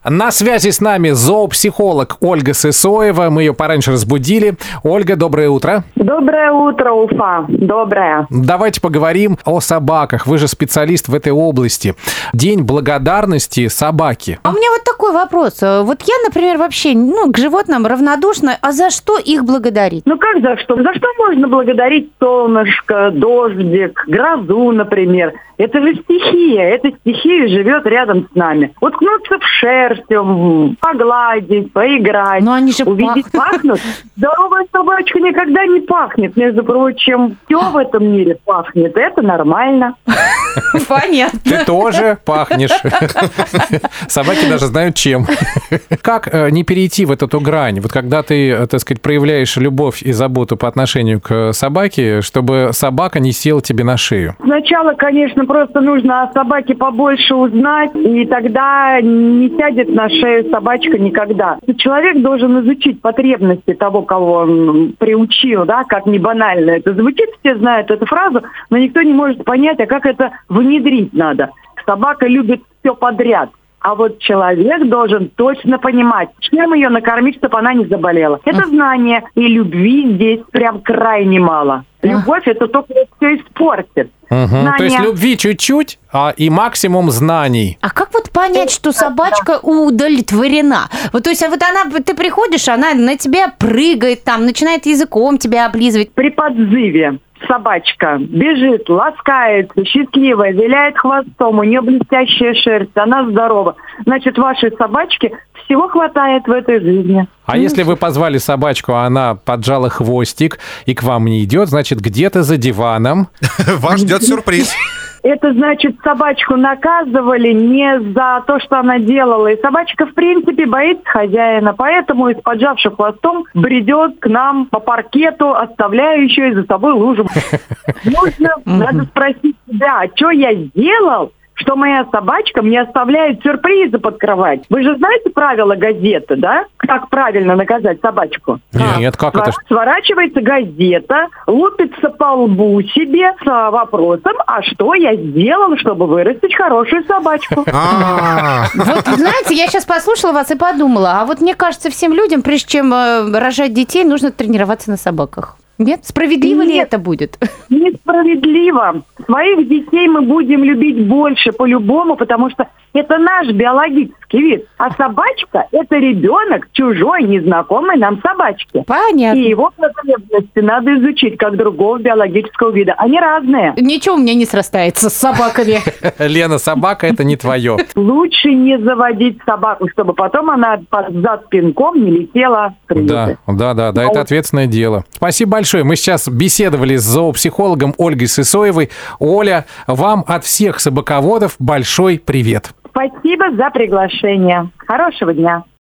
На связи с нами зоопсихолог Ольга Сысоева. Мы ее пораньше разбудили. Ольга, доброе утро. Доброе утро, Уфа. Доброе. Давайте поговорим о собаках. Вы же специалист в этой области. День благодарности собаки. А у меня вот такой вопрос. Вот я, например, вообще к животным равнодушна. А за что их благодарить? Ну как за что? За что можно благодарить солнышко, дождик, грозу, например? Это же стихия. Эта стихия живет рядом с нами. Уткнуться в шерсть, погладить, поиграть. Но они же увидеть пахнут. Здоровая собачка никогда не пахнет. Между прочим, все в этом мире пахнет. Это нормально. Понятно. Ты тоже пахнешь. Собаки даже знают чем. Как не перейти в эту грань? Вот когда ты, так сказать, проявляешь любовь и заботу по отношению к собаке, чтобы собака не села тебе на шею? Сначала, конечно, просто нужно о собаке побольше узнать, и тогда не сядет на шею собачка никогда. Человек должен изучить потребности того, кого он приучил, да, как не банально это звучит, все знают эту фразу, но никто не может понять, а как это внедрить надо. Собака любит все подряд. А вот человек должен точно понимать, чем ее накормить, чтобы она не заболела. Это знание. И любви здесь прям крайне мало. Любовь это только все испортит. То есть любви чуть-чуть, и максимум знаний. А как вот понять, что собачка удовлетворена? Вот, то есть, ты приходишь, она на тебя прыгает, там, начинает языком тебя облизывать. При подзыве собачка бежит, ласкается, счастливая, виляет хвостом, у нее блестящая шерсть, она здорова. Значит, вашей собачке всего хватает в этой жизни. А если вы позвали собачку, а она поджала хвостик и к вам не идет, значит, где-то за диваном вас ждет сюрприз. Это значит, собачку наказывали не за то, что она делала. И собачка, в принципе, боится хозяина. Поэтому, поджавши хвостом, бредет к нам по паркету, оставляя еще и за собой лужу. Надо спросить себя, а что я сделал, что моя собачка мне оставляет сюрпризы под кровать? Вы же знаете правила газеты, да? Как правильно наказать собачку? Нет, как это? Сворачивается газета, лупится по лбу себе с вопросом, а что я сделал, чтобы вырастить хорошую собачку? Вот, знаете, я сейчас послушала вас и подумала, а вот мне кажется, всем людям, прежде чем рожать детей, нужно тренироваться на собаках. Нет? Справедливо ли это будет? Несправедливо. Своих детей мы будем любить больше по-любому, потому что это наш биологический вид. А собачка – это ребенок чужой, незнакомой нам собачки. Понятно. И его потребности надо изучить как другого биологического вида. Они разные. Ничего у меня не срастается с собаками. Лена, собака – это не твое. Лучше не заводить собаку, чтобы потом она за спинком не летела в приюты. Да, это ответственное дело. Спасибо большое. Мы сейчас беседовали с зоопсихологом Ольгой Сысоевой. Оля, вам от всех собаководов большой привет. Спасибо за приглашение. Хорошего дня.